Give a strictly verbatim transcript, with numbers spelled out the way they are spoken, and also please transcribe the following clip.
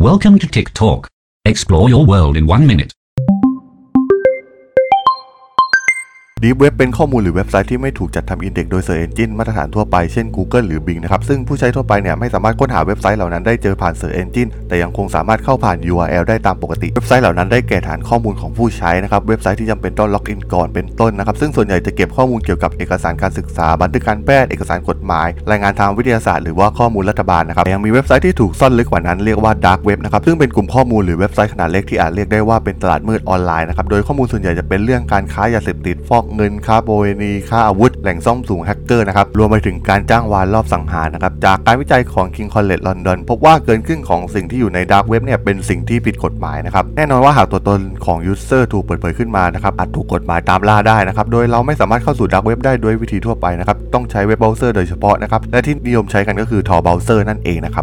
Welcome to TikTok. Explore your world in one minute. Deep Web เป็นข้อมูลหรือเว็บไซต์ที่ไม่ถูกจัดทำอินเด็กซ์โดย Search Engine มาตรฐานทั่วไปเช่น Google หรือ Bing นะครับซึ่งผู้ใช้ทั่วไปเนี่ยไม่สามารถค้นหาเว็บไซต์เหล่านั้นได้เจอผ่าน Search Engine แต่ยังคงสามารถเข้าผ่าน ยู อาร์ แอล ได้ตามปกติเว็บไซต์เหล่านั้นได้แก่ฐานข้อมูลของผู้ใช้นะครับเว็บไซต์ที่จำเป็นต้องล็อกอินก่อนเป็นต้นนะครับซึ่งส่วนใหญ่จะเก็บข้อมูลเกี่ยวกับเอกสารการศึกษาบันทึกการแพทย์เอกสารกฎหมายรายงานทางวิทยาศาสตร์หรือว่าข้อมูลรัฐบาลนะครับยังมีเว็บไซต์ที่ถูกซ่อนลึกกว่านั้นเรียกว่า Dark Web นะครับซึ่งเป็นกลุ่มข้อมูลหรือเว็บไซต์ขนาดเล็กที่อาจเรียกได้ว่าเป็นตลาดมืดออนไลน์นะครับโดยข้อมูลส่วนใหญ่จะเป็นเรื่องการค้ายาเสพติดฟอกเงินค้าประเวณีค้าอาวุธแหล่งซ่องสุมแฮกเกอร์นะครับรวมไปถึงการจ้างวานรอบสังหารนะครับจากการวิจัยของ King College London พบว่าเกินครึ่งของสิ่งที่อยู่ใน Dark Web เนี่ยเป็นสิ่งที่ผิดกฎหมายนะครับแน่นอนว่าหากตัวตนของ User ถูกเปิดเผยขึ้นมานะครับอาจถูกกฎหมายตามล่าได้นะครับโดยเราไม่สามารถเข้าสู่ Dark Web ได้ด้วยวิธีทั่วไปนะครับต้องใช้เว็บเบราว์เซอร์โดยเฉพาะนะครับและที่นิยมใช้กันก็คือ Tor Browser นั่นเองนะครับ